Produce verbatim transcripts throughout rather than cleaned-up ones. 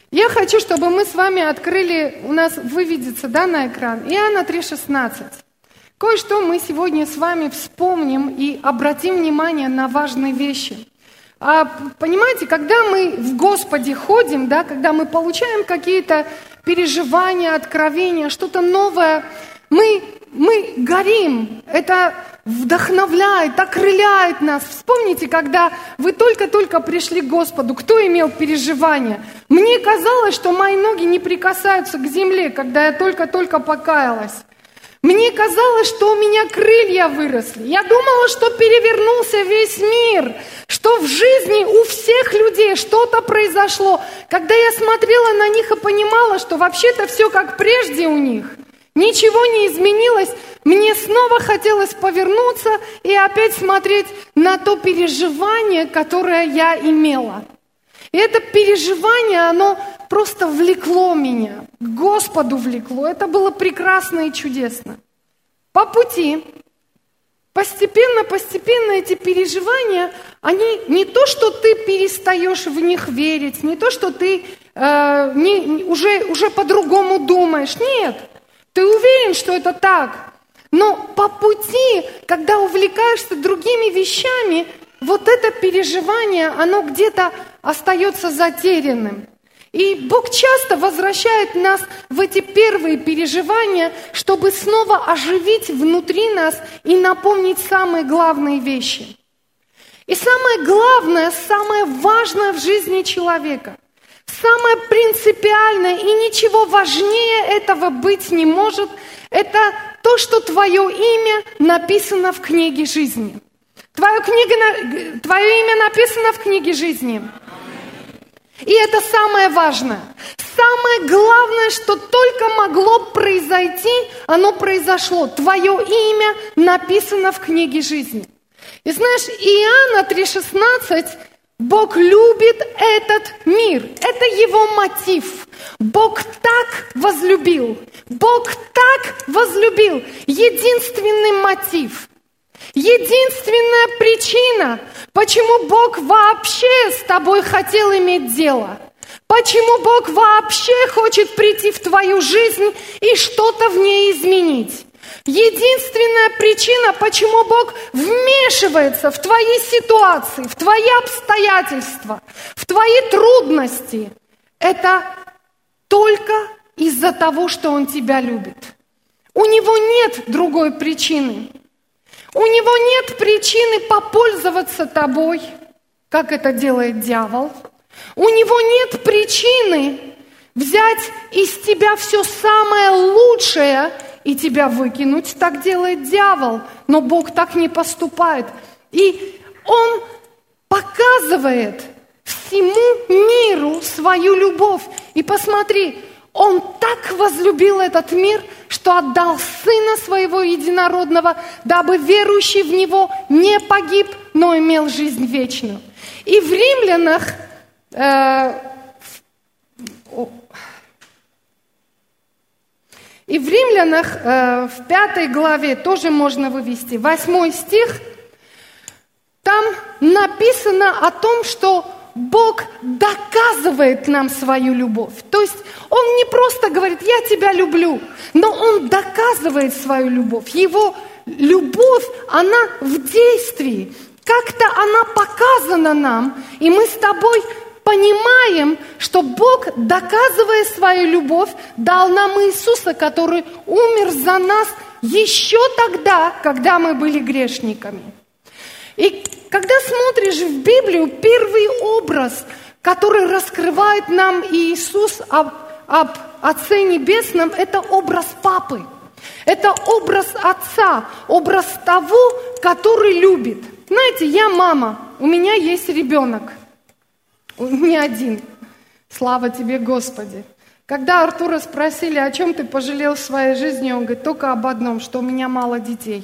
Я хочу, чтобы мы с вами открыли, у нас выведется, да, на экран, Иоанна три шестнадцать. Кое-что мы сегодня с вами вспомним и обратим внимание на важные вещи. А, понимаете, когда мы в Господе ходим, да, когда мы получаем какие-то переживания, откровения, что-то новое, мы, мы горим, это вдохновляет, окрыляет нас. Вспомните, когда вы только-только пришли к Господу, кто имел переживания? Мне казалось, что мои ноги не прикасаются к земле, когда я только-только покаялась. Мне казалось, что у меня крылья выросли. Я думала, что перевернулся весь мир, что в жизни у всех людей что-то произошло. Когда я смотрела на них и понимала, что вообще-то все как прежде у них, ничего не изменилось, мне снова хотелось повернуться и опять смотреть на то переживание, которое я имела. И это переживание, оно просто влекло меня, к Господу влекло. Это было прекрасно и чудесно. По пути, постепенно, постепенно эти переживания, они не то, что ты перестаешь в них верить, не то, что ты э, не, уже, уже по-другому думаешь. Нет, ты уверен, что это так. Но по пути, когда увлекаешься другими вещами, вот это переживание, оно где-то остается затерянным. И Бог часто возвращает нас в эти первые переживания, чтобы снова оживить внутри нас и напомнить самые главные вещи. И самое главное, самое важное в жизни человека, самое принципиальное и ничего важнее этого быть не может, это то, что твое имя написано в книге жизни. Твое, книга, твое имя написано в книге жизни. И это самое важное. Самое главное, что только могло произойти, оно произошло. Твое имя написано в книге жизни. И знаешь, Иоанна три шестнадцать, Бог любит этот мир. Это его мотив. Бог так возлюбил. Бог так возлюбил. Единственный мотив. Единственная причина, почему Бог вообще с тобой хотел иметь дело, почему Бог вообще хочет прийти в твою жизнь и что-то в ней изменить. Единственная причина, почему Бог вмешивается в твои ситуации, в твои обстоятельства, в твои трудности, это только из-за того, что Он тебя любит. У Него нет другой причины. У него нет причины попользоваться тобой, как это делает дьявол. У него нет причины взять из тебя все самое лучшее и тебя выкинуть. Так делает дьявол, но Бог так не поступает. И Он показывает всему миру свою любовь. И посмотри, Он так возлюбил этот мир, что отдал Сына Своего Единородного, дабы верующий в Него не погиб, но имел жизнь вечную. И в Римлянах, э, в, и в Римлянах э, в пятой главе тоже можно вывести, восьмой стих, там написано о том, что Бог доказывает нам свою любовь. То есть Он не просто говорит: «Я тебя люблю», но Он доказывает свою любовь. Его любовь, она в действии. Как-то она показана нам, и мы с тобой понимаем, что Бог, доказывая свою любовь, дал нам Иисуса, который умер за нас еще тогда, когда мы были грешниками. И когда смотришь в Библию, первый образ, который раскрывает нам Иисус об, об Отце Небесном, это образ Папы. Это образ Отца, образ того, который любит. Знаете, я мама, у меня есть ребенок. Не один. Слава тебе, Господи. Когда Артура спросили, о чем ты пожалел в своей жизни, он говорит: только об одном, что у меня мало детей.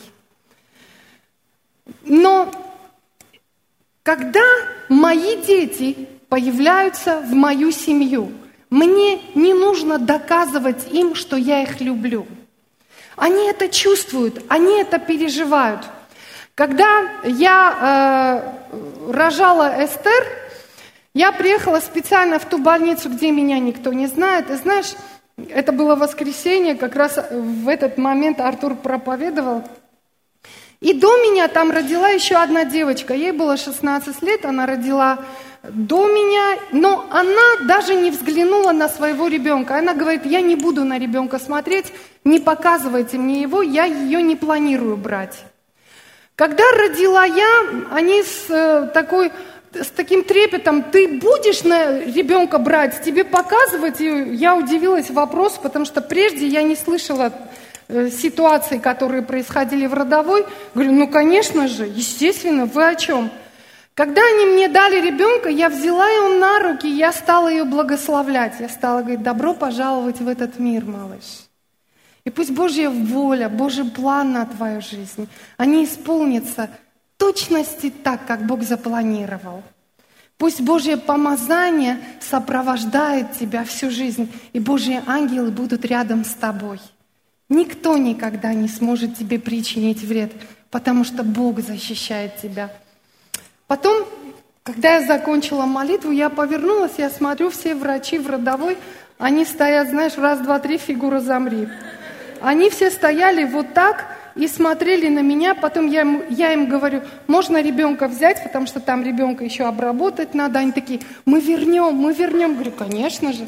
Но когда мои дети появляются в мою семью, мне не нужно доказывать им, что я их люблю. Они это чувствуют, они это переживают. Когда я э, рожала Эстер, Я приехала специально в ту больницу, где меня никто не знает. И знаешь, это было воскресенье, как раз в этот момент Артур проповедовал. И до меня там родила еще одна девочка. Ей было шестнадцать лет, она родила до меня, но она даже не взглянула на своего ребенка. Она говорит, я не буду на ребенка смотреть, не показывайте мне его, я ее не планирую брать. Когда родила я, они с такой... с таким трепетом, ты будешь на ребенка брать, тебе показывать? И я удивилась вопросу, потому что прежде я не слышала э, ситуаций, которые происходили в родовой. Говорю, ну, конечно же, естественно, вы о чем? Когда они мне дали ребенка, я взяла ее на руки, я стала ее благословлять. Я стала говорить, добро пожаловать в этот мир, малыш. И пусть Божья воля, Божий план на твою жизнь, они исполнятся в точности так, как Бог запланировал. Пусть Божье помазание сопровождает тебя всю жизнь, и Божьи ангелы будут рядом с тобой. Никто никогда не сможет тебе причинить вред, потому что Бог защищает тебя. Потом, когда я закончила молитву, я повернулась, я смотрю, все врачи в родовой, они стоят, знаешь, раз, два, три, фигура замри. Они все стояли вот так и смотрели на меня. Потом я им, я им говорю, можно ребенка взять, потому что там ребенка еще обработать надо. Они такие, мы вернем, мы вернем. Говорю, конечно же.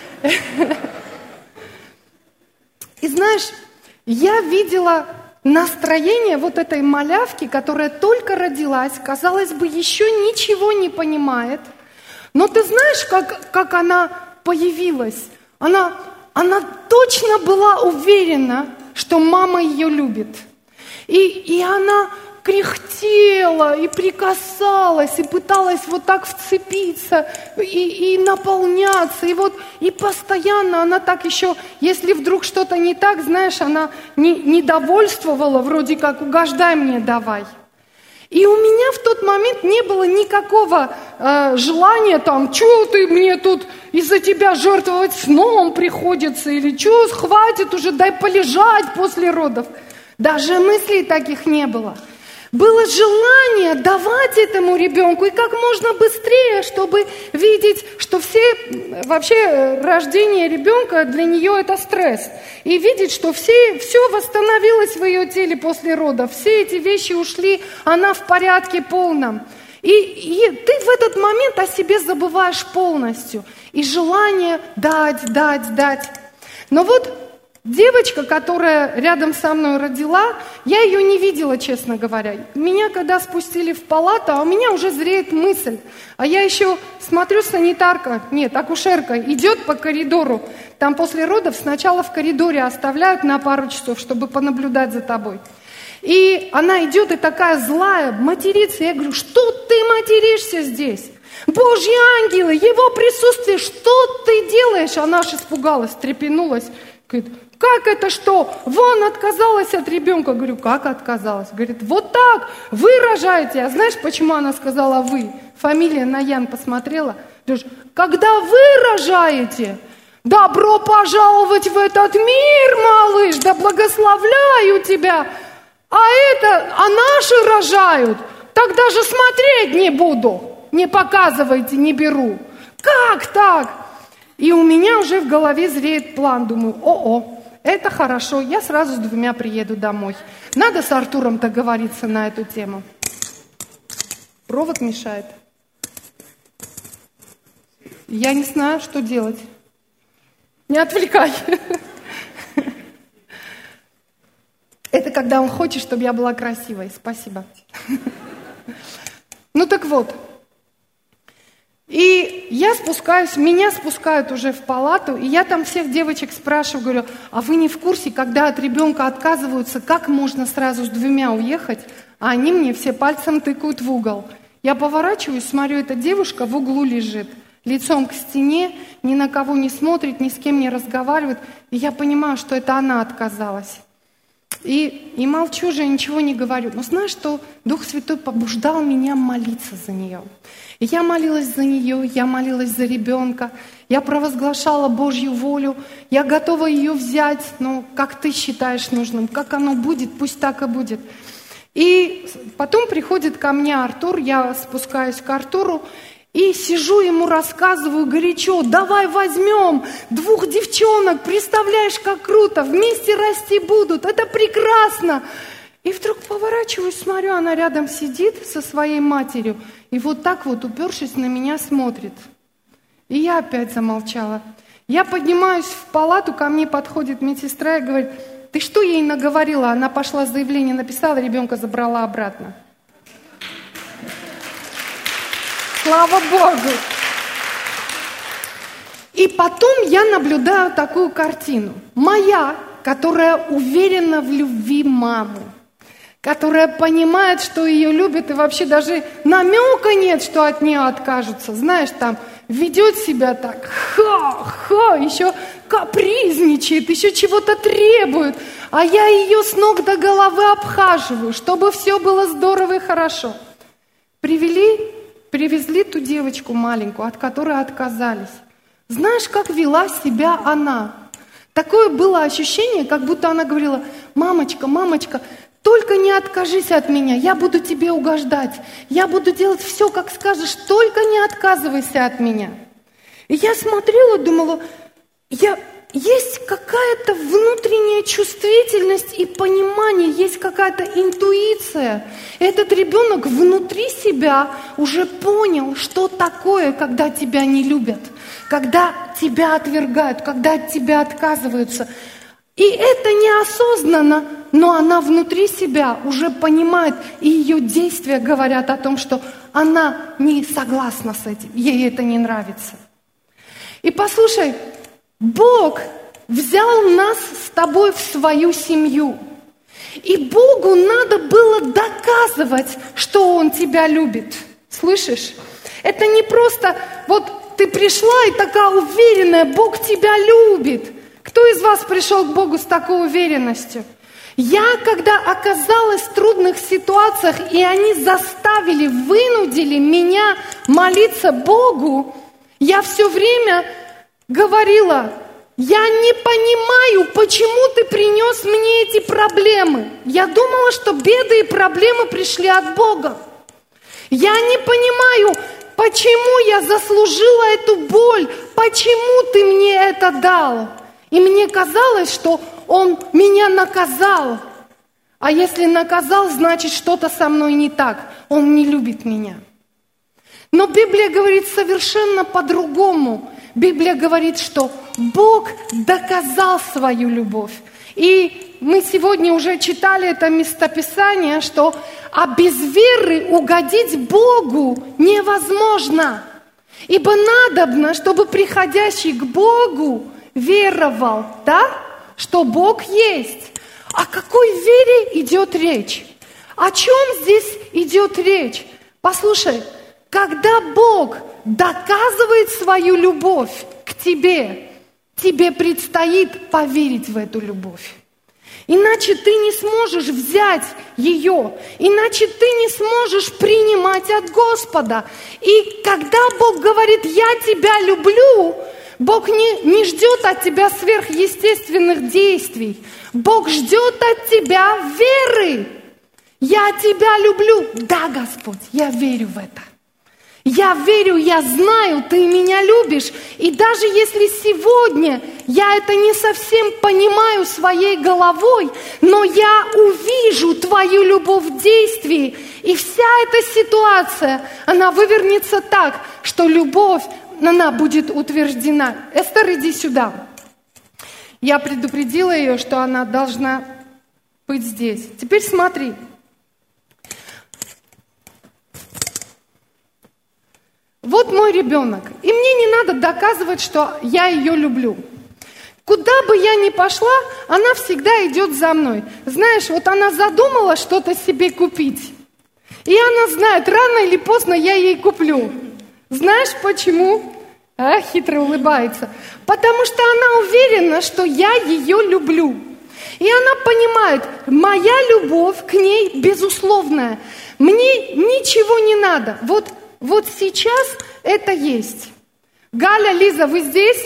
И знаешь, я видела настроение вот этой малявки, которая только родилась, казалось бы, еще ничего не понимает. Но ты знаешь, как, как она появилась? Она, она точно была уверена, что мама ее любит. И, и она кряхтела, и прикасалась, и пыталась вот так вцепиться, и, и наполняться. И вот и постоянно она так еще, если вдруг что-то не так, знаешь, она не, недовольствовала, вроде как угождай мне, давай. И у меня в тот момент не было никакого э, желания там, что ты мне тут из-за тебя жертвовать сном приходится, или что, хватит уже, дай полежать после родов. Даже мыслей таких не было. Было желание давать этому ребенку и как можно быстрее, чтобы видеть, что все, вообще рождение ребенка для нее это стресс. И видеть, что все, все восстановилось в ее теле после родов, все эти вещи ушли, она в порядке полном. И, и ты в этот момент о себе забываешь полностью. И желание дать, дать, дать. Но вот девочка, которая рядом со мной родила, я ее не видела, честно говоря. Меня когда спустили в палату, а у меня уже зреет мысль. А я еще смотрю, санитарка, нет, акушерка, идет по коридору. Там после родов сначала в коридоре оставляют на пару часов, чтобы понаблюдать за тобой. И она идет и такая злая, матерится. Я говорю, что ты материшься здесь? Божьи ангелы, его присутствие, что ты делаешь? Она аж испугалась, трепенулась. Говорит, как это что? Вон отказалась от ребенка. Говорю, как отказалась? Говорит, вот так, вы рожаете. А знаешь, почему она сказала вы? Фамилия на Ян посмотрела. Говоришь, когда вы рожаете, добро пожаловать в этот мир, малыш, да благословляю тебя. А это, а наши рожают, так даже смотреть не буду. Не показывайте, не беру. Как так? И у меня уже в голове зреет план. Думаю, о-о, это хорошо, я сразу с двумя приеду домой. Надо с Артуром договориться на эту тему. Провод мешает. Я не знаю, что делать. Не отвлекай. Это когда он хочет, чтобы я была красивой. Спасибо. Ну так вот. И я спускаюсь, меня спускают уже в палату, и я там всех девочек спрашиваю, говорю, а вы не в курсе, когда от ребенка отказываются, как можно сразу с двумя уехать? А они мне все пальцем тыкают в угол. Я поворачиваюсь, смотрю, эта девушка в углу лежит, лицом к стене, ни на кого не смотрит, ни с кем не разговаривает. И я понимаю, что это она отказалась. И, и молчу же, ничего не говорю. Но знаешь, что Дух Святой побуждал меня молиться за нее. И я молилась за нее, я молилась за ребенка, я провозглашала Божью волю, я готова ее взять, но как ты считаешь нужным, как оно будет, пусть так и будет. И потом приходит ко мне Артур, я спускаюсь к Артуру, И сижу ему рассказываю горячо, давай возьмем двух девчонок, представляешь, как круто, вместе расти будут, это прекрасно. И вдруг поворачиваюсь, смотрю, она рядом сидит со своей матерью и вот так вот, упершись на меня, смотрит. И я опять замолчала. Я поднимаюсь в палату, ко мне подходит медсестра и говорит, ты что ей наговорила? Она пошла заявление написала, ребенка забрала обратно. Слава Богу! И потом я наблюдаю такую картину. Моя, которая уверена в любви мамы, которая понимает, что ее любят, и вообще даже намека нет, что от нее откажутся. Знаешь, там ведет себя так, ха-ха, еще капризничает, еще чего-то требует. А я ее с ног до головы обхаживаю, чтобы все было здорово и хорошо. Привели... Привезли ту девочку маленькую, от которой отказались. Знаешь, как вела себя она? Такое было ощущение, как будто она говорила, мамочка, мамочка, только не откажись от меня, я буду тебе угождать, я буду делать все, как скажешь, только не отказывайся от меня. И я смотрела, думала, я... есть какая-то внутренняя чувствительность и понимание, есть какая-то интуиция. Этот ребенок внутри себя уже понял, что такое, когда тебя не любят, когда тебя отвергают, когда от тебя отказываются. И это неосознанно, но она внутри себя уже понимает, и ее действия говорят о том, что она не согласна с этим, ей это не нравится. И послушай, Бог взял нас с тобой в свою семью. И Богу надо было доказывать, что Он тебя любит. Слышишь? Это не просто, вот ты пришла и такая уверенная, Бог тебя любит. Кто из вас пришел к Богу с такой уверенностью? Я, когда оказалась в трудных ситуациях, и они заставили, вынудили меня молиться Богу, я все время говорила, я не понимаю, почему ты принес мне эти проблемы. Я думала, что беды и проблемы пришли от Бога. Я не понимаю, почему я заслужила эту боль, почему ты мне это дал. И мне казалось, что Он меня наказал. А если наказал, значит, что-то со мной не так. Он не любит меня. Но Библия говорит совершенно по-другому. Библия говорит, что Бог доказал свою любовь. И мы сегодня уже читали это местописание, что а без веры угодить Богу невозможно. Ибо надобно, чтобы приходящий к Богу веровал, да, что Бог есть. О какой вере идет речь? О чем здесь идет речь? Послушай, когда Бог доказывает свою любовь к тебе, тебе предстоит поверить в эту любовь. Иначе ты не сможешь взять ее, иначе ты не сможешь принимать от Господа. И когда Бог говорит, я тебя люблю, Бог не, не ждет от тебя сверхъестественных действий. Бог ждет от тебя веры. Я тебя люблю. Да, Господь, я верю в это. Я верю, я знаю, ты меня любишь. И даже если сегодня я это не совсем понимаю своей головой, но я увижу твою любовь в действии, и вся эта ситуация, она вывернется так, что любовь, она будет утверждена. Эстер, иди сюда. Я предупредила ее, что она должна быть здесь. Теперь смотри. Вот мой ребенок, и мне не надо доказывать, что я ее люблю. Куда бы я ни пошла, она всегда идет за мной. Знаешь, вот она задумала что-то себе купить, и она знает, рано или поздно я ей куплю. Знаешь почему? А, хитро улыбается. Потому что она уверена, что я ее люблю. И она понимает, моя любовь к ней безусловная. Мне ничего не надо. Вот Вот сейчас это есть. Галя, Лиза, вы здесь?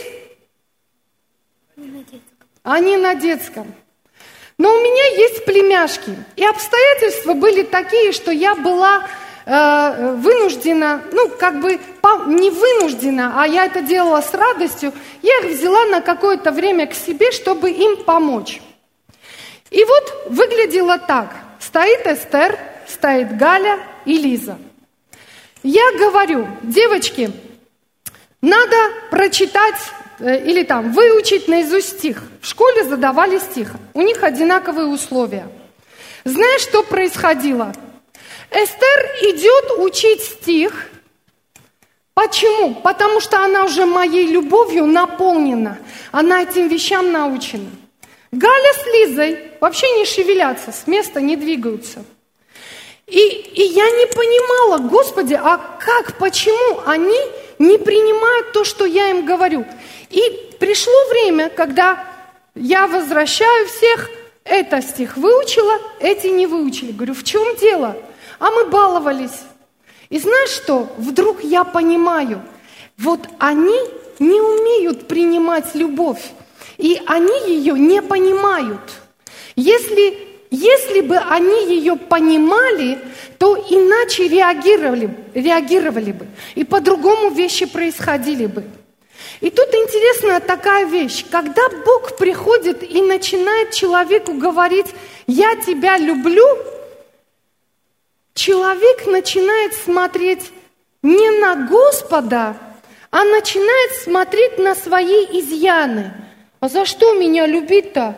Не на детском. Они на детском. Но у меня есть племяшки. И обстоятельства были такие, что я была э, вынуждена, ну, как бы по, не вынуждена, а я это делала с радостью, я их взяла на какое-то время к себе, чтобы им помочь. И вот выглядело так. Стоит Эстер, стоит Галя и Лиза. Я говорю, девочки, надо прочитать э, или там выучить наизусть стих. В школе задавали стих. У них одинаковые условия. Знаешь, что происходило? Эстер идет учить стих. Почему? Потому что она уже моей любовью наполнена. Она этим вещам научена. Галя с Лизой вообще не шевелятся, с места не двигаются. И, и я не понимала, Господи, а как, почему они не принимают то, что я им говорю? И пришло время, когда я возвращаю всех, это стих выучила, эти не выучили. Говорю, в чем дело? А мы баловались. И знаешь что? Вдруг я понимаю, вот они не умеют принимать любовь, и они ее не понимают. Если, если бы они ее понимали, то иначе реагировали, реагировали бы, и по-другому вещи происходили бы. И тут интересная такая вещь, когда Бог приходит и начинает человеку говорить «я тебя люблю», человек начинает смотреть не на Господа, а начинает смотреть на свои изъяны. А за что меня любить-то?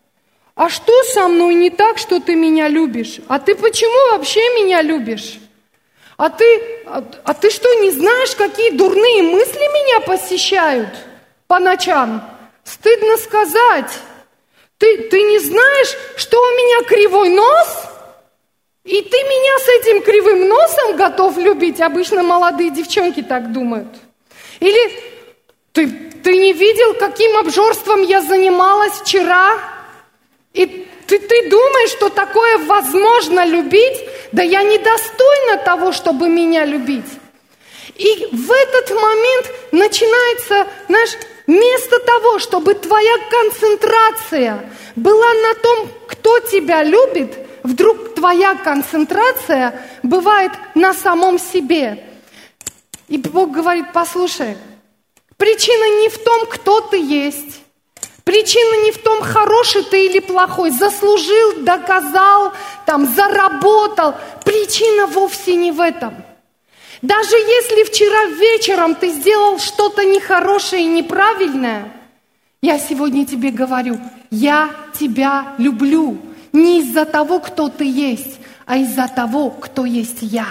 А что со мной не так, что ты меня любишь? А ты почему вообще меня любишь? А ты, а, а ты что, не знаешь, какие дурные мысли меня посещают по ночам? Стыдно сказать. Ты, ты не знаешь, что у меня кривой нос? И ты меня с этим кривым носом готов любить? Обычно молодые девчонки так думают. Или ты, ты не видел, каким обжорством я занималась вчера? И ты, ты думаешь, что такое возможно любить? Да я недостойна того, чтобы меня любить. И в этот момент начинается, знаешь, вместо того, чтобы твоя концентрация была на том, кто тебя любит, вдруг твоя концентрация бывает на самом себе. И Бог говорит, послушай, причина не в том, кто ты есть. Причина не в том, хороший ты или плохой, заслужил, доказал, там, заработал. Причина вовсе не в этом. Даже если вчера вечером ты сделал что-то нехорошее и неправильное, я сегодня тебе говорю, я тебя люблю. Не из-за того, кто ты есть, а из-за того, кто есть я.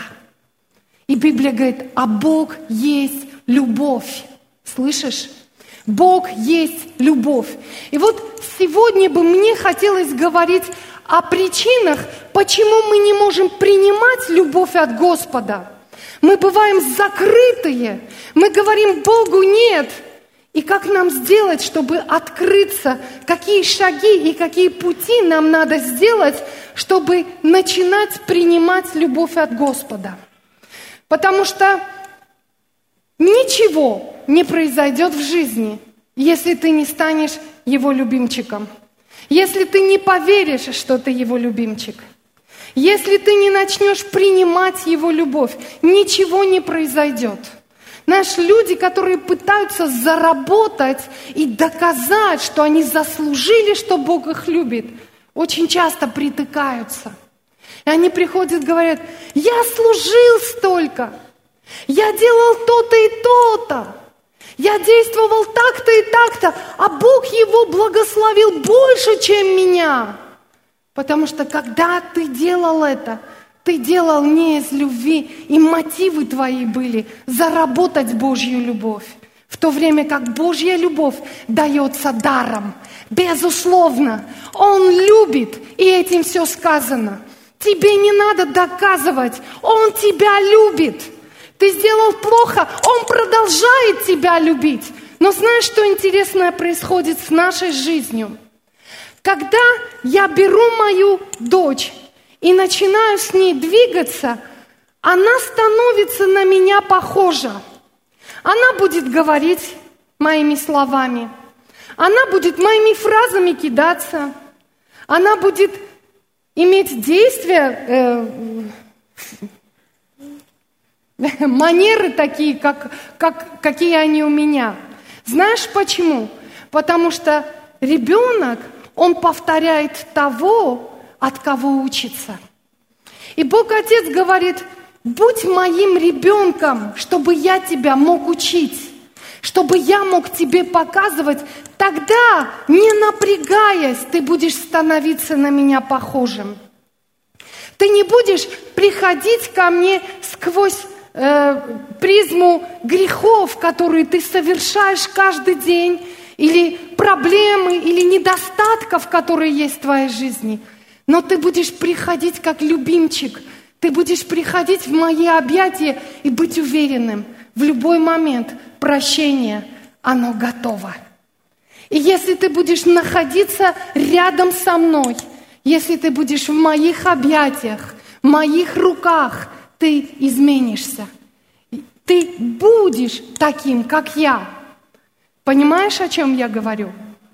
И Библия говорит, а Бог есть любовь. Слышишь? Бог есть любовь. И вот сегодня бы мне хотелось говорить о причинах, почему мы не можем принимать любовь от Господа. Мы бываем закрытые, мы говорим Богу нет. И как нам сделать, чтобы открыться, какие шаги и какие пути нам надо сделать, чтобы начинать принимать любовь от Господа? Потому что ничего не произойдет в жизни, если ты не станешь его любимчиком. Если ты не поверишь, что ты его любимчик. Если ты не начнешь принимать его любовь, ничего не произойдет. Знаешь, люди, которые пытаются заработать и доказать, что они заслужили, что Бог их любит, очень часто притыкаются. И они приходят и говорят, я служил столько, я делал то-то и то-то, я действовал так-то и так-то, а Бог его благословил больше, чем меня. Потому что когда ты делал это, ты делал не из любви, и мотивы твои были заработать Божью любовь. В то время как Божья любовь дается даром, безусловно. Он любит, и этим все сказано. Тебе не надо доказывать, Он тебя любит. Ты сделал плохо, Он продолжает тебя любить. Но знаешь, что интересное происходит с нашей жизнью? Когда я беру мою дочь и начинаю с ней двигаться, она становится на меня похожа. Она будет говорить моими словами. Она будет моими фразами кидаться. Она будет иметь действия, э, манеры такие, как, как, какие они у меня. Знаешь почему? Потому что ребенок, он повторяет того, от кого учится. И Бог Отец говорит: будь моим ребенком, чтобы я тебя мог учить, чтобы я мог тебе показывать. Тогда, не напрягаясь, ты будешь становиться на меня похожим. Ты не будешь приходить ко мне сквозь э, призму грехов, которые ты совершаешь каждый день, или проблемы, или недостатков, которые есть в твоей жизни. Но ты будешь приходить как любимчик, ты будешь приходить в мои объятия и быть уверенным, в любой момент прощение, оно готово. И если ты будешь находиться рядом со мной, если ты будешь в моих объятиях, в моих руках, ты изменишься. Ты будешь таким, как я. Понимаешь, о чем я говорю?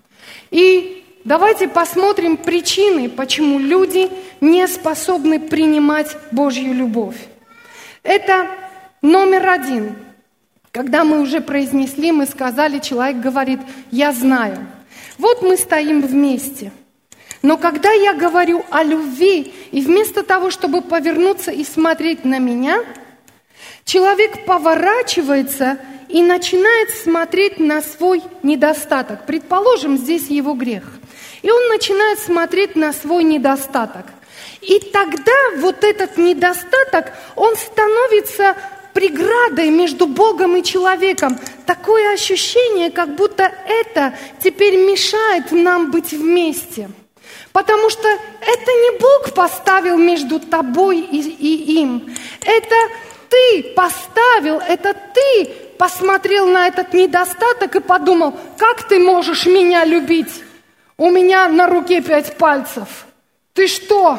И давайте посмотрим причины, почему люди не способны принимать Божью любовь. Это номер один. Когда мы уже произнесли, мы сказали, человек говорит: я знаю. Вот мы стоим вместе. Но когда я говорю о любви, и вместо того, чтобы повернуться и смотреть на меня, человек поворачивается и начинает смотреть на свой недостаток. Предположим, здесь его грех. И он начинает смотреть на свой недостаток. И тогда вот этот недостаток, он становится преградой между Богом и человеком. Такое ощущение, как будто это теперь мешает нам быть вместе. Потому что это не Бог поставил между тобой и, и им. Это ты поставил, это ты посмотрел на этот недостаток и подумал: как ты можешь меня любить? У меня на руке пять пальцев. Ты что?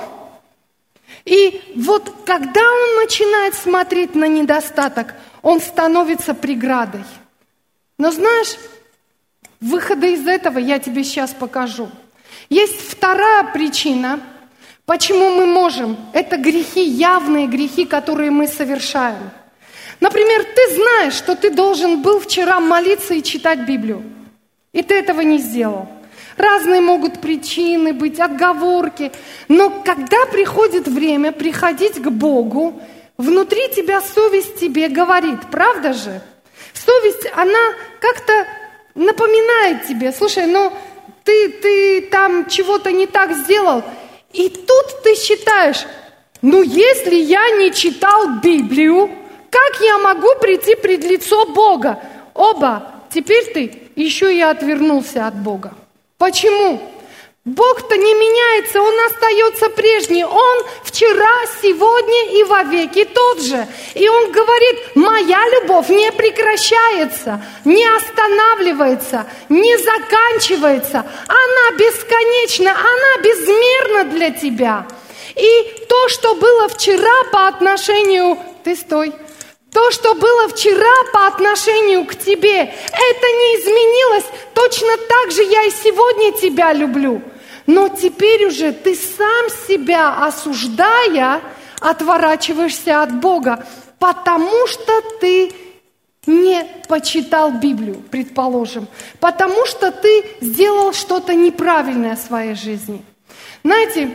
И вот когда он начинает смотреть на недостаток, он становится преградой. Но знаешь, выхода из этого я тебе сейчас покажу. Есть вторая причина, почему мы можем. Это грехи, явные грехи, которые мы совершаем. Например, ты знаешь, что ты должен был вчера молиться и читать Библию, и ты этого не сделал. Разные могут причины быть, отговорки. Но когда приходит время приходить к Богу, внутри тебя совесть тебе говорит, правда же? Совесть, она как-то напоминает тебе: слушай, ну ты, ты там чего-то не так сделал. И тут ты считаешь: ну если я не читал Библию, как я могу прийти пред лицо Бога? Оба, теперь ты еще и отвернулся от Бога. Почему? Бог-то не меняется, Он остается прежний. Он вчера, сегодня и вовеки тот же. И Он говорит: моя любовь не прекращается, не останавливается, не заканчивается. Она бесконечна, она безмерна для тебя. И то, что было вчера по отношению... Ты стой. То, что было вчера по отношению к тебе, это не изменилось. Точно так же я и сегодня тебя люблю. Но теперь уже ты сам себя осуждая, отворачиваешься от Бога, потому что ты не почитал Библию, предположим, потому что ты сделал что-то неправильное в своей жизни. Знаете,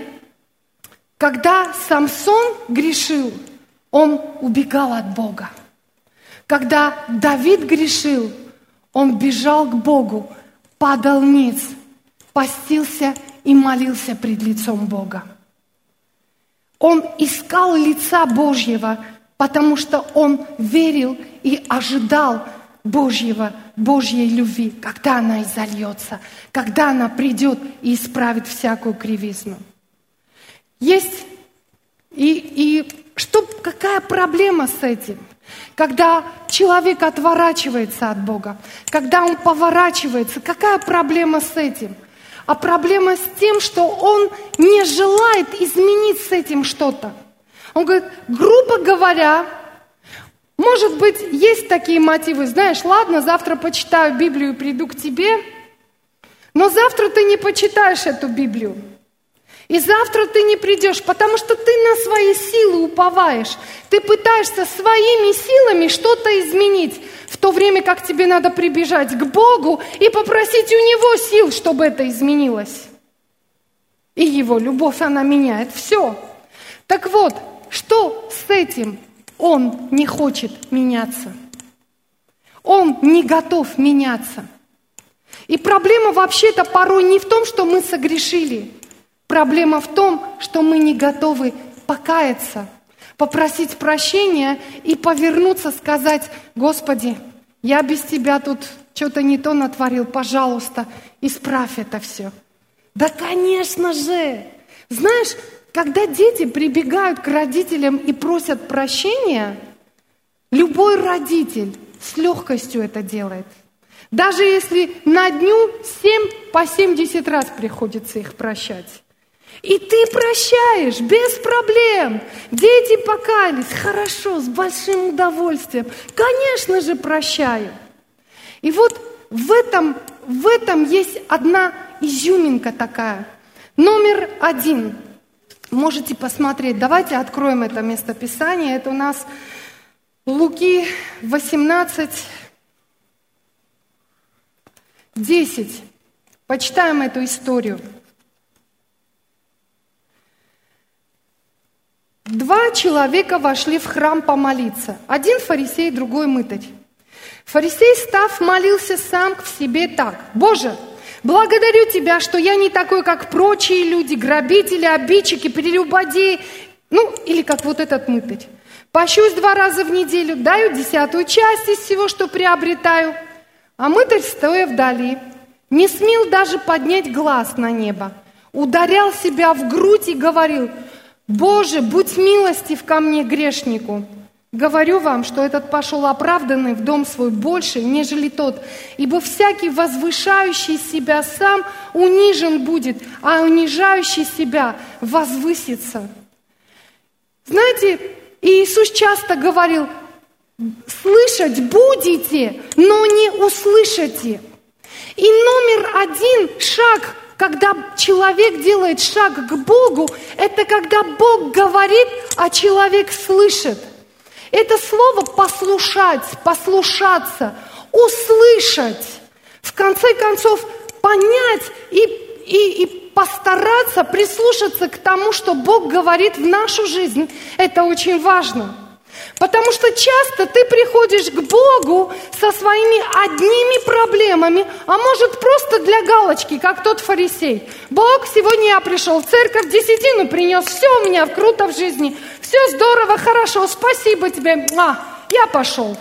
когда Самсон грешил, он убегал от Бога. Когда Давид грешил, он бежал к Богу, падал ниц, постился и молился пред лицом Бога. Он искал лица Божьего, потому что он верил и ожидал Божьего, Божьей любви, когда она изольется, когда она придет и исправит всякую кривизну. Есть и, и что, какая проблема с этим? Когда человек отворачивается от Бога, когда он поворачивается, какая проблема с этим? А проблема с тем, что он не желает изменить с этим что-то. Он говорит, грубо говоря, может быть, есть такие мотивы, знаешь, ладно, завтра почитаю Библию и приду к тебе, но завтра ты не почитаешь эту Библию. И завтра ты не придешь, потому что ты на свои силы уповаешь. Ты пытаешься своими силами что-то изменить, в то время как тебе надо прибежать к Богу и попросить у Него сил, чтобы это изменилось. И Его любовь, она меняет все. Так вот, что с этим? Он не хочет меняться. Он не готов меняться. И проблема вообще-то порой не в том, что мы согрешили. Проблема в том, что мы не готовы покаяться, попросить прощения и повернуться, сказать: Господи, я без Тебя тут что-то не то натворил, пожалуйста, исправь это все. Да, конечно же! Знаешь, когда дети прибегают к родителям и просят прощения, любой родитель с легкостью это делает. Даже если на дню семь по семьдесят раз приходится их прощать. И ты прощаешь без проблем. Дети покаялись, хорошо, с большим удовольствием. Конечно же, прощаю. И вот в этом, в этом есть одна изюминка такая. Номер один. Можете посмотреть. Давайте откроем это местописание. Это у нас Луки восемнадцать, десять. Почитаем эту историю. Два человека вошли в храм помолиться. Один фарисей, другой мытарь. Фарисей, став, молился сам к себе так: «Боже, благодарю Тебя, что я не такой, как прочие люди, грабители, обидчики, прелюбодеи». Ну, или как вот этот мытарь. «Пощусь два раза в неделю, даю десятую часть из всего, что приобретаю». А мытарь, стоя вдали, не смел даже поднять глаз на небо, ударял себя в грудь и говорил: «Боже, будь милостив ко мне, грешнику». Говорю вам, что этот пошел оправданный в дом свой больше, нежели тот, ибо всякий возвышающий себя сам унижен будет, а унижающий себя возвысится». Знаете, Иисус часто говорил: «Слышать будете, но не услышите». И номер один шаг, когда человек делает шаг к Богу, это когда Бог говорит, а человек слышит. Это слово «послушать», «послушаться», «услышать». В конце концов, понять и, и, и постараться прислушаться к тому, что Бог говорит в нашу жизнь. Это очень важно. Потому что часто ты приходишь к Богу со своими одними проблемами, а может просто для галочки, как тот фарисей. «Бог, сегодня я пришел в церковь, десятину принес, все у меня круто в жизни, все здорово, хорошо, спасибо тебе, а, я пошел».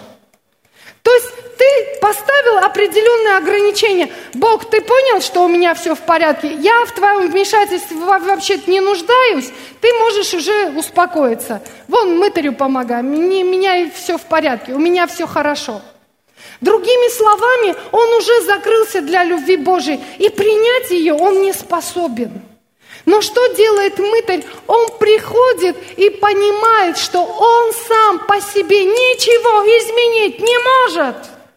То есть ты поставил определенные ограничения. «Бог, ты понял, что у меня все в порядке? Я в твоем вмешательстве вообще-то не нуждаюсь. Ты можешь уже успокоиться. Вон мытарю помогай, мне, меня все в порядке, у меня все хорошо». Другими словами, он уже закрылся для любви Божией, и принять ее он не способен. Но что делает мытарь? Он приходит и понимает, что он сам по себе ничего изменить не может.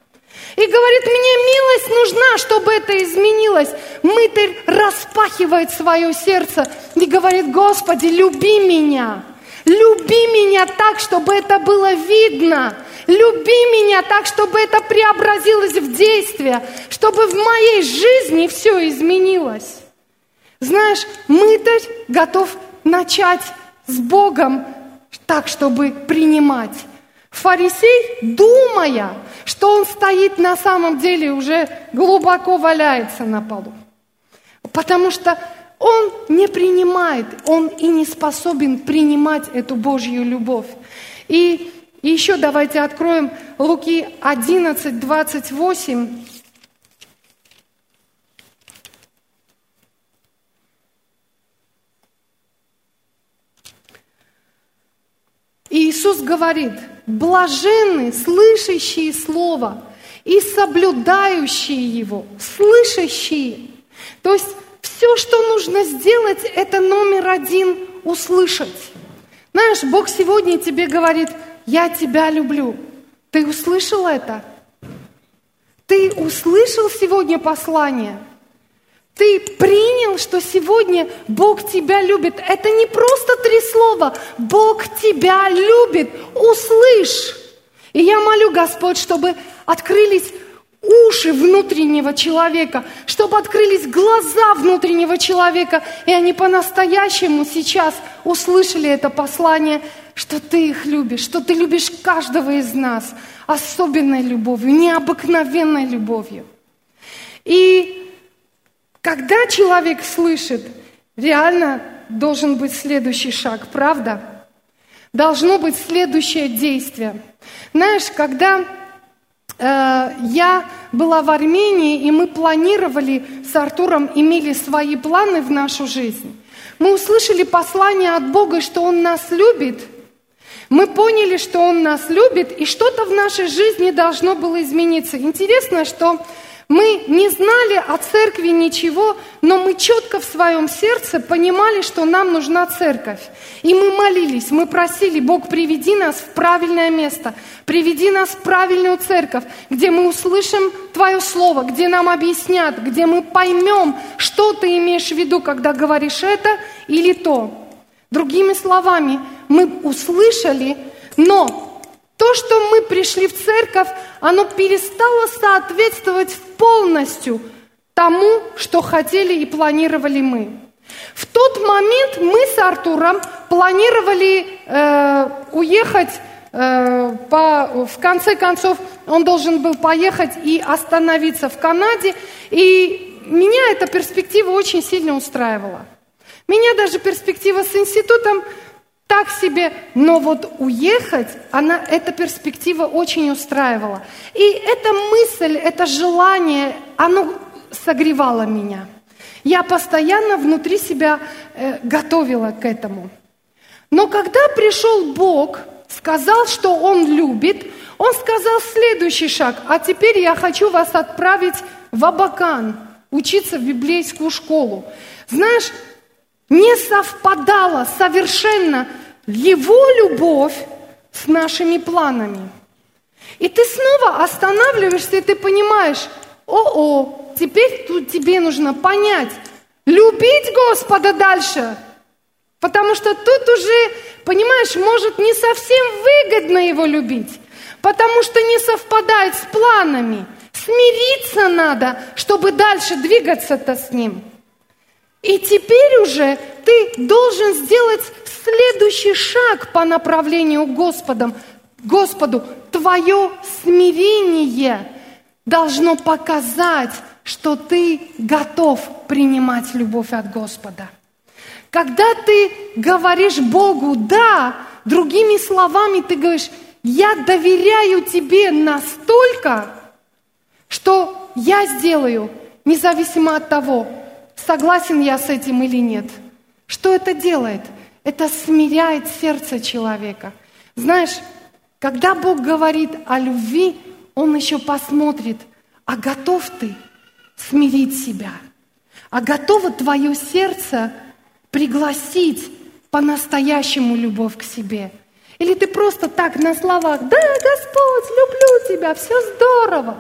И говорит: мне милость нужна, чтобы это изменилось. Мытарь распахивает свое сердце и говорит: Господи, люби меня. Люби меня так, чтобы это было видно. Люби меня так, чтобы это преобразилось в действие, чтобы в моей жизни все изменилось. Знаешь, мытарь готов начать с Богом так, чтобы принимать. Фарисей, думая, что он стоит на самом деле, уже глубоко валяется на полу. Потому что он не принимает, он и не способен принимать эту Божью любовь. И еще давайте откроем Луки одиннадцать, двадцать восемь. Иисус говорит: блаженны слышащие Слово и соблюдающие его, слышащие. То есть все, что нужно сделать, это номер один – услышать. Знаешь, Бог сегодня тебе говорит: я тебя люблю. Ты услышал это? Ты услышал сегодня послание? Ты принял, что сегодня Бог тебя любит. Это не просто три слова. Бог тебя любит. Услышь. И я молю, Господь, чтобы открылись уши внутреннего человека, чтобы открылись глаза внутреннего человека, и они по-настоящему сейчас услышали это послание, что Ты их любишь, что Ты любишь каждого из нас особенной любовью, необыкновенной любовью. И когда человек слышит, реально должен быть следующий шаг, правда? Должно быть следующее действие. Знаешь, когда э, я была в Армении, и мы планировали с Артуром, имели свои планы в нашу жизнь, мы услышали послание от Бога, что Он нас любит. Мы поняли, что Он нас любит, и что-то в нашей жизни должно было измениться. Интересно, что мы не знали о церкви ничего, но мы четко в своем сердце понимали, что нам нужна церковь. И мы молились, мы просили: Бог, приведи нас в правильное место, приведи нас в правильную церковь, где мы услышим Твое Слово, где нам объяснят, где мы поймем, что Ты имеешь в виду, когда говоришь это или то. Другими словами, мы услышали, но то, что мы пришли в церковь, оно перестало соответствовать полностью тому, что хотели и планировали мы. В тот момент мы с Артуром планировали э, уехать, э, по, в конце концов он должен был поехать и остановиться в Канаде, и меня эта перспектива очень сильно устраивала. Меня даже перспектива с институтом так себе, но вот уехать, она, эта перспектива очень устраивала. И эта мысль, это желание, оно согревало меня. Я постоянно внутри себя э, готовила к этому. Но когда пришел Бог, сказал, что Он любит, Он сказал следующий шаг: а теперь я хочу вас отправить в Абакан, учиться в библейскую школу. Знаешь, не совпадала совершенно Его любовь с нашими планами. И ты снова останавливаешься, и ты понимаешь: о-о, теперь тут тебе нужно понять, любить Господа дальше. Потому что тут уже, понимаешь, может не совсем выгодно Его любить, потому что не совпадает с планами. Смириться надо, чтобы дальше двигаться-то с Ним. И теперь уже ты должен сделать следующий шаг по направлению к Господу. Господу. Твое смирение должно показать, что ты готов принимать любовь от Господа. Когда ты говоришь Богу «да», другими словами ты говоришь: я доверяю тебе настолько, что я сделаю, независимо от того, согласен я с этим или нет. Что это делает? Это смиряет сердце человека. Знаешь, когда Бог говорит о любви, Он еще посмотрит, а готов ты смирить себя? А готово твое сердце пригласить по-настоящему любовь к себе? Или ты просто так на словах: да, Господь, люблю тебя, все здорово.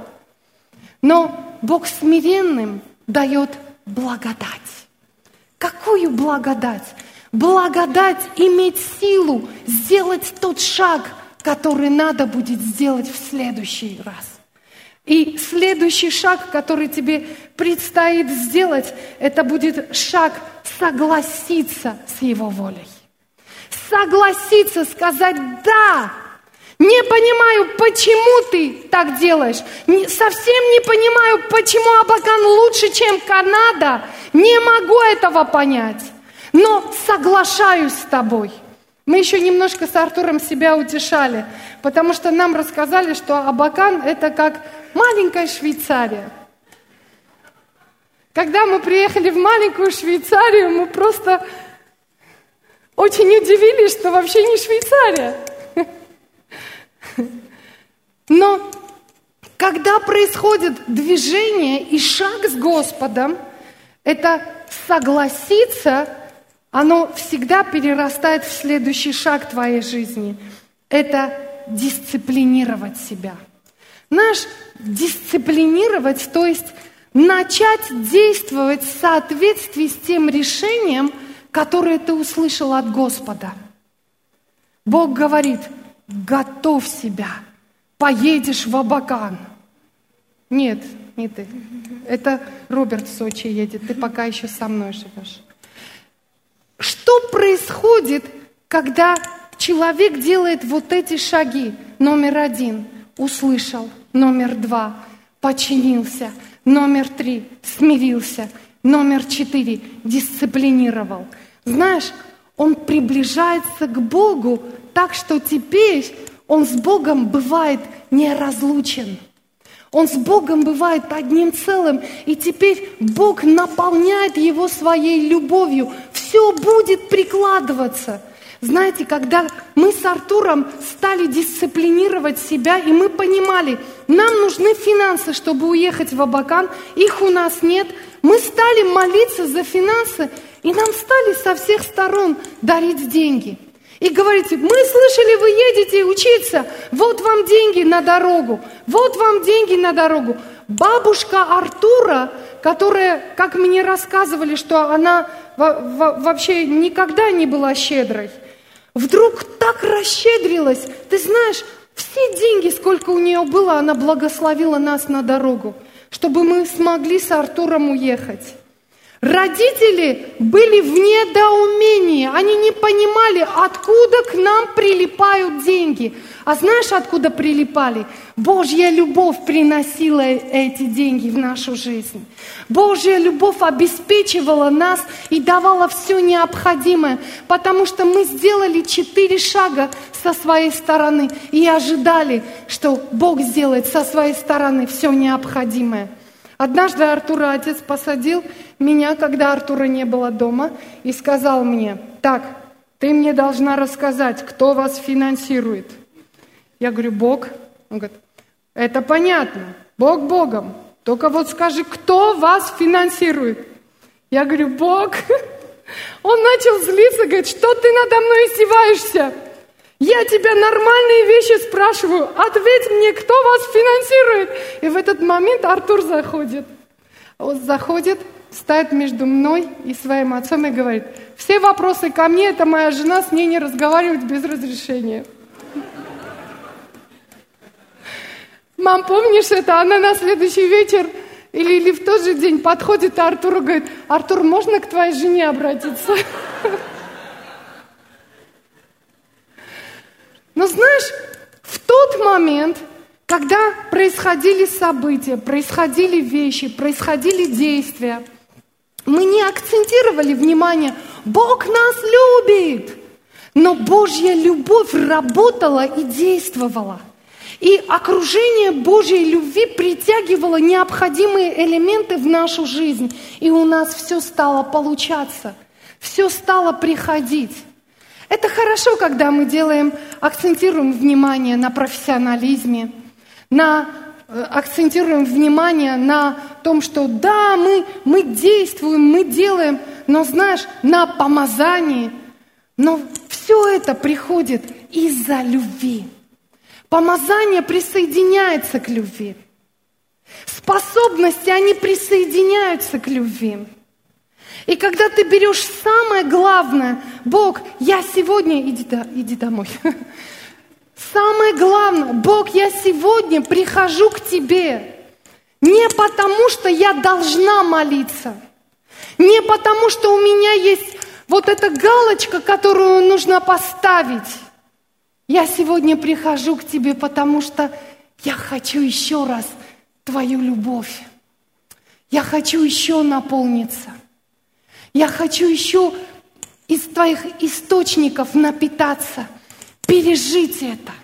Но Бог смиренным дает благодать. Какую благодать? Благодать иметь силу сделать тот шаг, который надо будет сделать в следующий раз. И следующий шаг, который тебе предстоит сделать, это будет шаг согласиться с Его волей. Согласиться, сказать «да». Не понимаю, почему ты так делаешь. Не, совсем не понимаю, почему Абакан лучше, чем Канада. Не могу этого понять. Но соглашаюсь с тобой. Мы еще немножко с Артуром себя утешали, потому что нам рассказали, что Абакан – это как маленькая Швейцария. Когда мы приехали в маленькую Швейцарию, мы просто очень удивились, что вообще не Швейцария. Но когда происходит движение и шаг с Господом, это согласиться, оно всегда перерастает в следующий шаг твоей жизни. Это дисциплинировать себя. Знаешь, дисциплинировать, то есть начать действовать в соответствии с тем решением, которое ты услышал от Господа. Бог говорит: готовь себя, поедешь в Абакан. Нет, не ты. Это Роберт в Сочи едет, ты пока еще со мной живешь. Что происходит, когда человек делает вот эти шаги? Номер один – услышал. Номер два – подчинился. Номер три – смирился. Номер четыре – дисциплинировал. Знаешь, он приближается к Богу так, что теперь он с Богом бывает неразлучен. Он с Богом бывает одним целым, и теперь Бог наполняет его своей любовью. Все будет прикладываться. Знаете, когда мы с Артуром стали дисциплинировать себя, и мы понимали, нам нужны финансы, чтобы уехать в Абакан, их у нас нет, мы стали молиться за финансы, и нам стали со всех сторон дарить деньги. И говорите: мы слышали, вы едете учиться, вот вам деньги на дорогу, вот вам деньги на дорогу. Бабушка Артура, которая, как мне рассказывали, что она вообще никогда не была щедрой, вдруг так расщедрилась. Ты знаешь, все деньги, сколько у нее было, она благословила нас на дорогу, чтобы мы смогли с Артуром уехать. Родители были в недоумении, они не понимали, откуда к нам прилипают деньги. А знаешь, откуда прилипали? Божья любовь приносила эти деньги в нашу жизнь. Божья любовь обеспечивала нас и давала все необходимое, потому что мы сделали четыре шага со своей стороны и ожидали, что Бог сделает со своей стороны все необходимое. Однажды Артура отец посадил меня, когда Артура не было дома, и сказал мне: так, ты мне должна рассказать, кто вас финансирует. Я говорю: Бог. Он говорит: это понятно, Бог Богом, только вот скажи, кто вас финансирует. Я говорю: Бог. Он начал злиться, говорит: что ты надо мной издеваешься? Я тебя нормальные вещи спрашиваю, ответь мне, кто вас финансирует. И в этот момент Артур заходит. Он заходит, встает между мной и своим отцом и говорит: все вопросы ко мне, это моя жена, с ней не разговаривать без разрешения. Мам, помнишь это? Она на следующий вечер или, или в тот же день подходит Артуру и говорит: Артур, можно к твоей жене обратиться? Но знаешь, в тот момент, когда происходили события, происходили вещи, происходили действия, мы не акцентировали внимание: Бог нас любит. Но Божья любовь работала и действовала. И окружение Божьей любви притягивало необходимые элементы в нашу жизнь. И у нас все стало получаться, все стало приходить. Это хорошо, когда мы делаем, акцентируем внимание на профессионализме, на, акцентируем внимание на том, что да, мы, мы действуем, мы делаем, но знаешь, на помазании. Но все это приходит из-за любви. Помазание присоединяется к любви. Способности, они присоединяются к любви. И когда ты берешь самое главное: Бог, я сегодня, иди, до, иди домой. Самое главное: Бог, я сегодня прихожу к Тебе не потому, что я должна молиться, не потому, что у меня есть вот эта галочка, которую нужно поставить. Я сегодня прихожу к Тебе, потому что я хочу еще раз Твою любовь. Я хочу еще наполниться. Я хочу еще из Твоих источников напитаться, пережить это.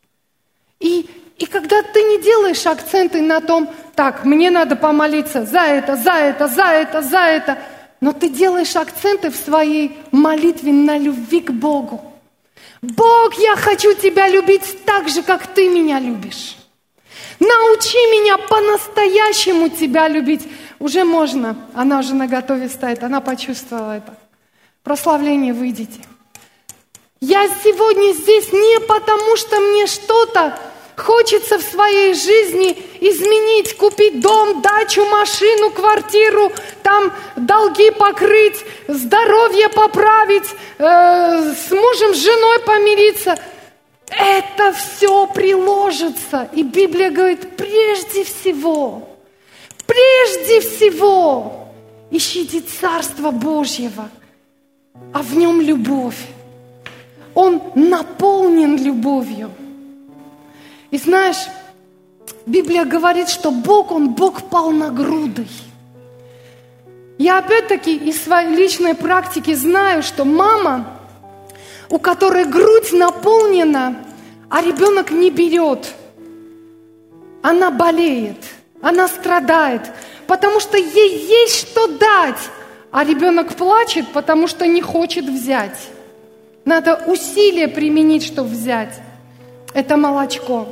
И, и когда ты не делаешь акценты на том: так, мне надо помолиться за это, за это, за это, за это, но ты делаешь акценты в своей молитве на любви к Богу. Бог, я хочу Тебя любить так же, как Ты меня любишь. Научи меня по-настоящему Тебя любить. Уже можно, она уже наготове стоит, она почувствовала это. Прославление, выйдите. Я сегодня здесь не потому, что мне что-то Хочется в своей жизни изменить, купить дом, дачу, машину, квартиру, там долги покрыть, здоровье поправить, э, с мужем, с женой помириться. Это все приложится. И Библия говорит, прежде всего, прежде всего ищите Царство Божьего, а в нем любовь. Он наполнен любовью. И знаешь, Библия говорит, что Бог, Он Бог полногрудый. Я опять-таки из своей личной практики знаю, что мама, у которой грудь наполнена, а ребенок не берет, она болеет, она страдает, потому что ей есть что дать, а ребенок плачет, потому что не хочет взять. Надо усилия применить, чтобы взять это молочко.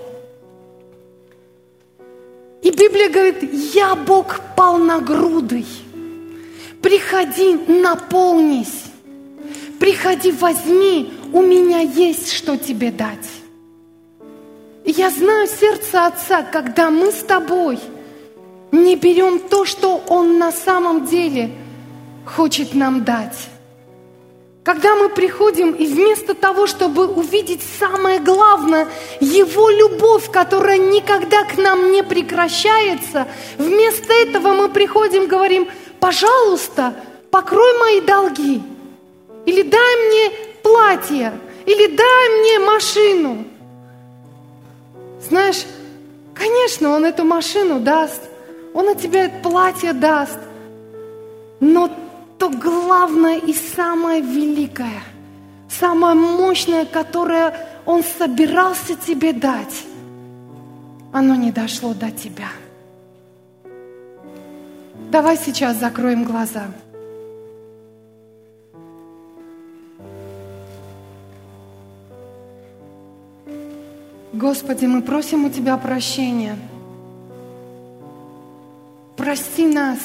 И Библия говорит, я Бог полногрудый. Приходи, наполнись. Приходи, возьми, у меня есть что тебе дать. И я знаю сердце Отца, когда мы с тобой не берем то, что Он на самом деле хочет нам дать. Когда мы приходим, и вместо того, чтобы увидеть самое главное, Его любовь, которая никогда к нам не прекращается, вместо этого мы приходим, говорим, пожалуйста, покрой мои долги, или дай мне платье, или дай мне машину. Знаешь, конечно, Он эту машину даст, Он от тебя это платье даст, но то главное и самое великое, самое мощное, которое Он собирался тебе дать, оно не дошло до тебя. Давай сейчас закроем глаза. Господи, мы просим у Тебя прощения. Прости нас,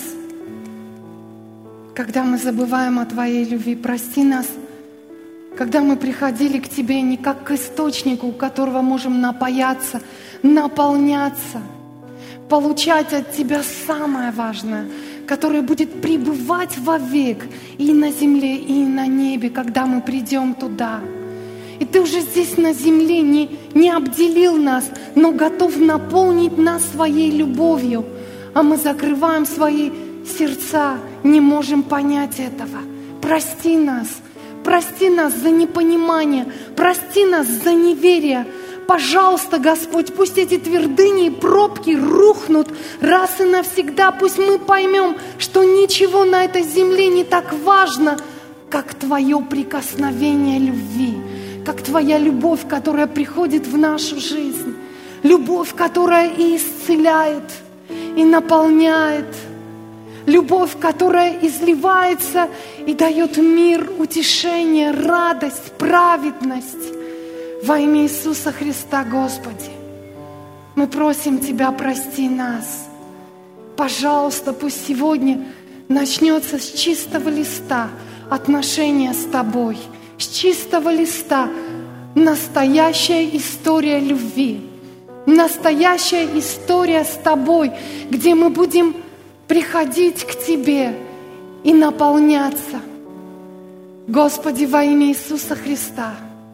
когда мы забываем о Твоей любви. Прости нас, когда мы приходили к Тебе не как к источнику, у которого можем напояться, наполняться, получать от Тебя самое важное, которое будет пребывать вовек и на земле, и на небе, когда мы придем туда. И Ты уже здесь на земле не, не обделил нас, но готов наполнить нас Своей любовью, а мы закрываем свои сердца, не можем понять этого. Прости нас, прости нас за непонимание, прости нас за неверие. Пожалуйста, Господь, пусть эти твердыни и пробки рухнут раз и навсегда. Пусть мы поймем, что ничего на этой земле не так важно, как Твое прикосновение любви, как Твоя любовь, которая приходит в нашу жизнь, любовь, которая и исцеляет, и наполняет, любовь, которая изливается и дает мир, утешение, радость, праведность. Во имя Иисуса Христа, Господи, мы просим Тебя, прости нас. Пожалуйста, пусть сегодня начнется с чистого листа отношения с Тобой, с чистого листа настоящая история любви, настоящая история с Тобой, где мы будем приходить к Тебе и наполняться. Господи, во имя Иисуса Христа.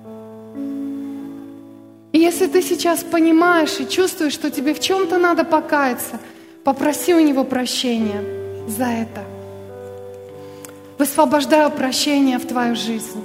И если ты сейчас понимаешь и чувствуешь, что тебе в чем-то надо покаяться, попроси у Него прощения за это. Высвобождаю прощение в твою жизнь.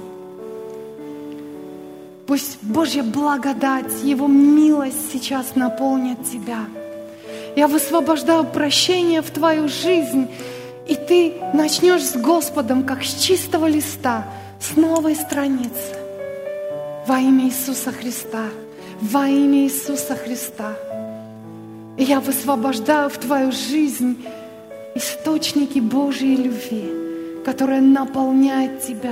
Пусть Божья благодать, Его милость сейчас наполнит тебя. Я высвобождаю прощение в твою жизнь, и ты начнешь с Господом, как с чистого листа, с новой страницы. Во имя Иисуса Христа. Во имя Иисуса Христа. И я высвобождаю в твою жизнь источники Божьей любви, которая наполняет тебя,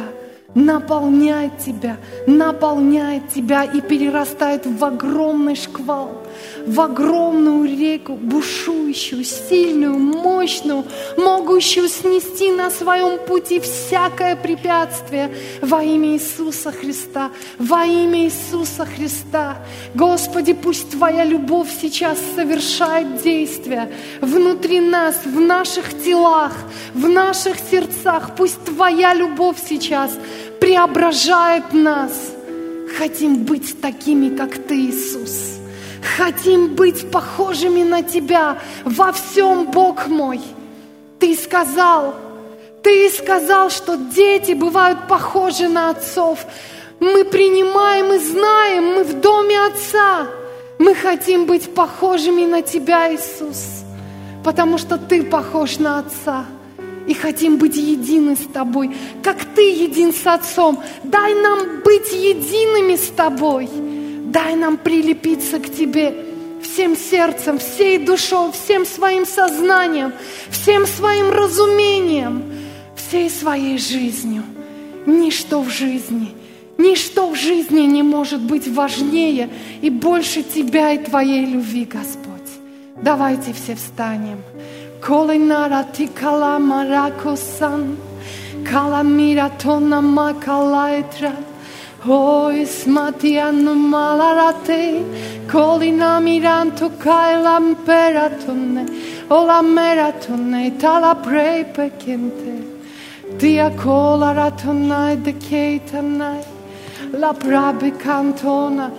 наполняет тебя, наполняет тебя и перерастает в огромный шквал, в огромную реку, бушующую, сильную, мощную, могущую снести на своем пути всякое препятствие во имя Иисуса Христа, во имя Иисуса Христа. Господи, пусть Твоя любовь сейчас совершает действия внутри нас, в наших телах, в наших сердцах. Пусть Твоя любовь сейчас преображает нас. Хотим быть такими, как Ты, Иисус. Хотим быть похожими на Тебя во всем, Бог мой. Ты сказал, Ты сказал, что дети бывают похожи на отцов. Мы принимаем и знаем, мы в доме Отца. Мы хотим быть похожими на Тебя, Иисус, потому что Ты похож на Отца. И хотим быть едины с Тобой, как Ты един с Отцом. Дай нам быть едиными с Тобой. Дай нам прилепиться к Тебе всем сердцем, всей душой, всем своим сознанием, всем своим разумением, всей своей жизнью. Ничто в жизни, ничто в жизни не может быть важнее и больше Тебя и Твоей любви, Господь. Давайте все встанем. Колинара тикала маракосан, каламира тона макалайтра. Ой, сматиану маларате, колина миранто кайлам ператоне, ола мератоне, тала прей пекенте. Тия кола ратонай декейтанай, ла прабе кантона,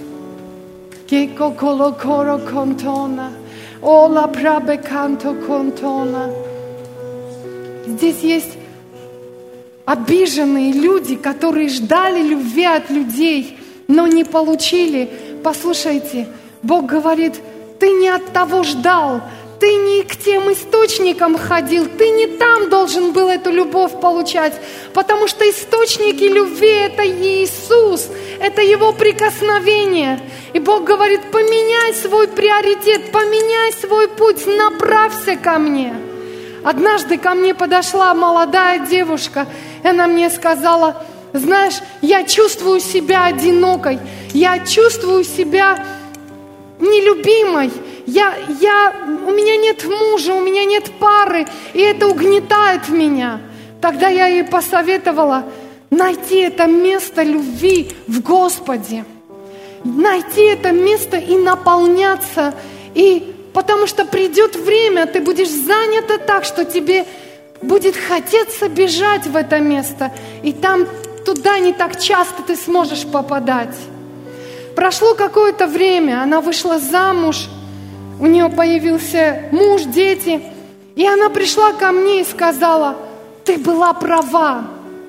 геко коло коро контона, ола прабе канто контона. Здесь есть обиженные люди, которые ждали любви от людей, но не получили. Послушайте, Бог говорит, ты не от того ждал, ты не к тем источникам ходил, ты не там должен был эту любовь получать, потому что источники любви – это Иисус, это Его прикосновение. И Бог говорит, поменяй свой приоритет, поменяй свой путь, направься ко мне. Однажды ко мне подошла молодая девушка, и она мне сказала, знаешь, я чувствую себя одинокой, я чувствую себя нелюбимой, я, я, у меня нет мужа, у меня нет пары, и это угнетает меня. Тогда я ей посоветовала найти это место любви в Господе, найти это место и наполняться, и потому что придет время, ты будешь занята так, что тебе будет хотеться бежать в это место, и там туда не так часто ты сможешь попадать. Прошло какое-то время, она вышла замуж, у нее появился муж, дети, и она пришла ко мне и сказала, ты была права.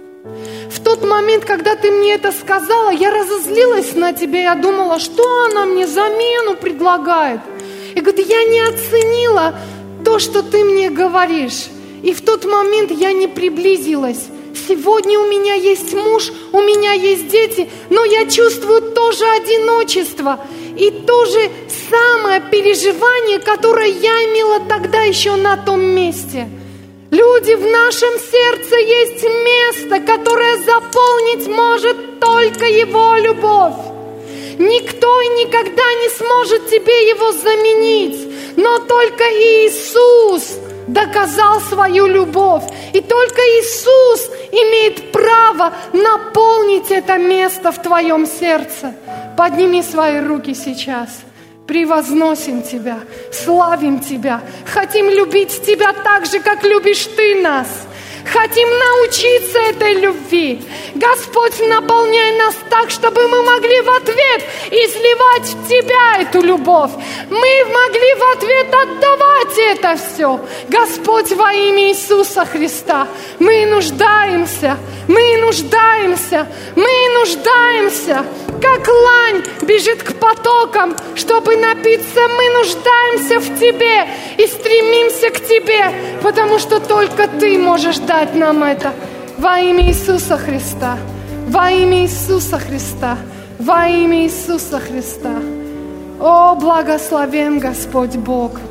В тот момент, когда ты мне это сказала, я разозлилась на тебя, я думала, что она мне замену предлагает. И говорит, я не оценила то, что ты мне говоришь. И в тот момент я не приблизилась. Сегодня у меня есть муж, у меня есть дети, но я чувствую тоже одиночество. И то же самое переживание, которое я имела тогда еще на том месте. Люди, в нашем сердце есть место, которое заполнить может только Его любовь. Никто и никогда не сможет тебе его заменить, но только Иисус доказал свою любовь. И только Иисус имеет право наполнить это место в твоем сердце. Подними свои руки сейчас. Превозносим Тебя, славим Тебя. Хотим любить Тебя так же, как любишь Ты нас. Хотим научиться этой любви. Господь, наполняй нас так, чтобы мы могли в ответ изливать в Тебя эту любовь. Мы могли в ответ отдавать это все. Господь, во имя Иисуса Христа, мы нуждаемся, мы нуждаемся, мы нуждаемся. Как лань бежит к потокам, чтобы напиться, мы нуждаемся в Тебе и стремимся к Тебе, потому что только Ты можешь дать нам это. Во имя Иисуса Христа, во имя Иисуса Христа, во имя Иисуса Христа. О, благословен Господь Бог,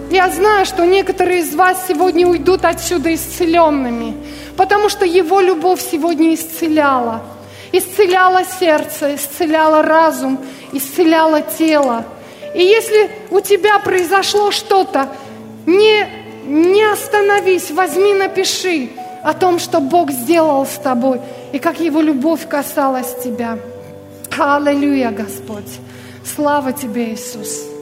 Я знаю, что некоторые из вас сегодня уйдут отсюда исцеленными, потому что Его любовь сегодня исцеляла. Исцеляла сердце, исцеляла разум, исцеляла тело. И если у тебя произошло что-то, не, не остановись, возьми, напиши о том, что Бог сделал с тобой, и как Его любовь касалась тебя. Аллилуйя, Господь! Слава Тебе, Иисус!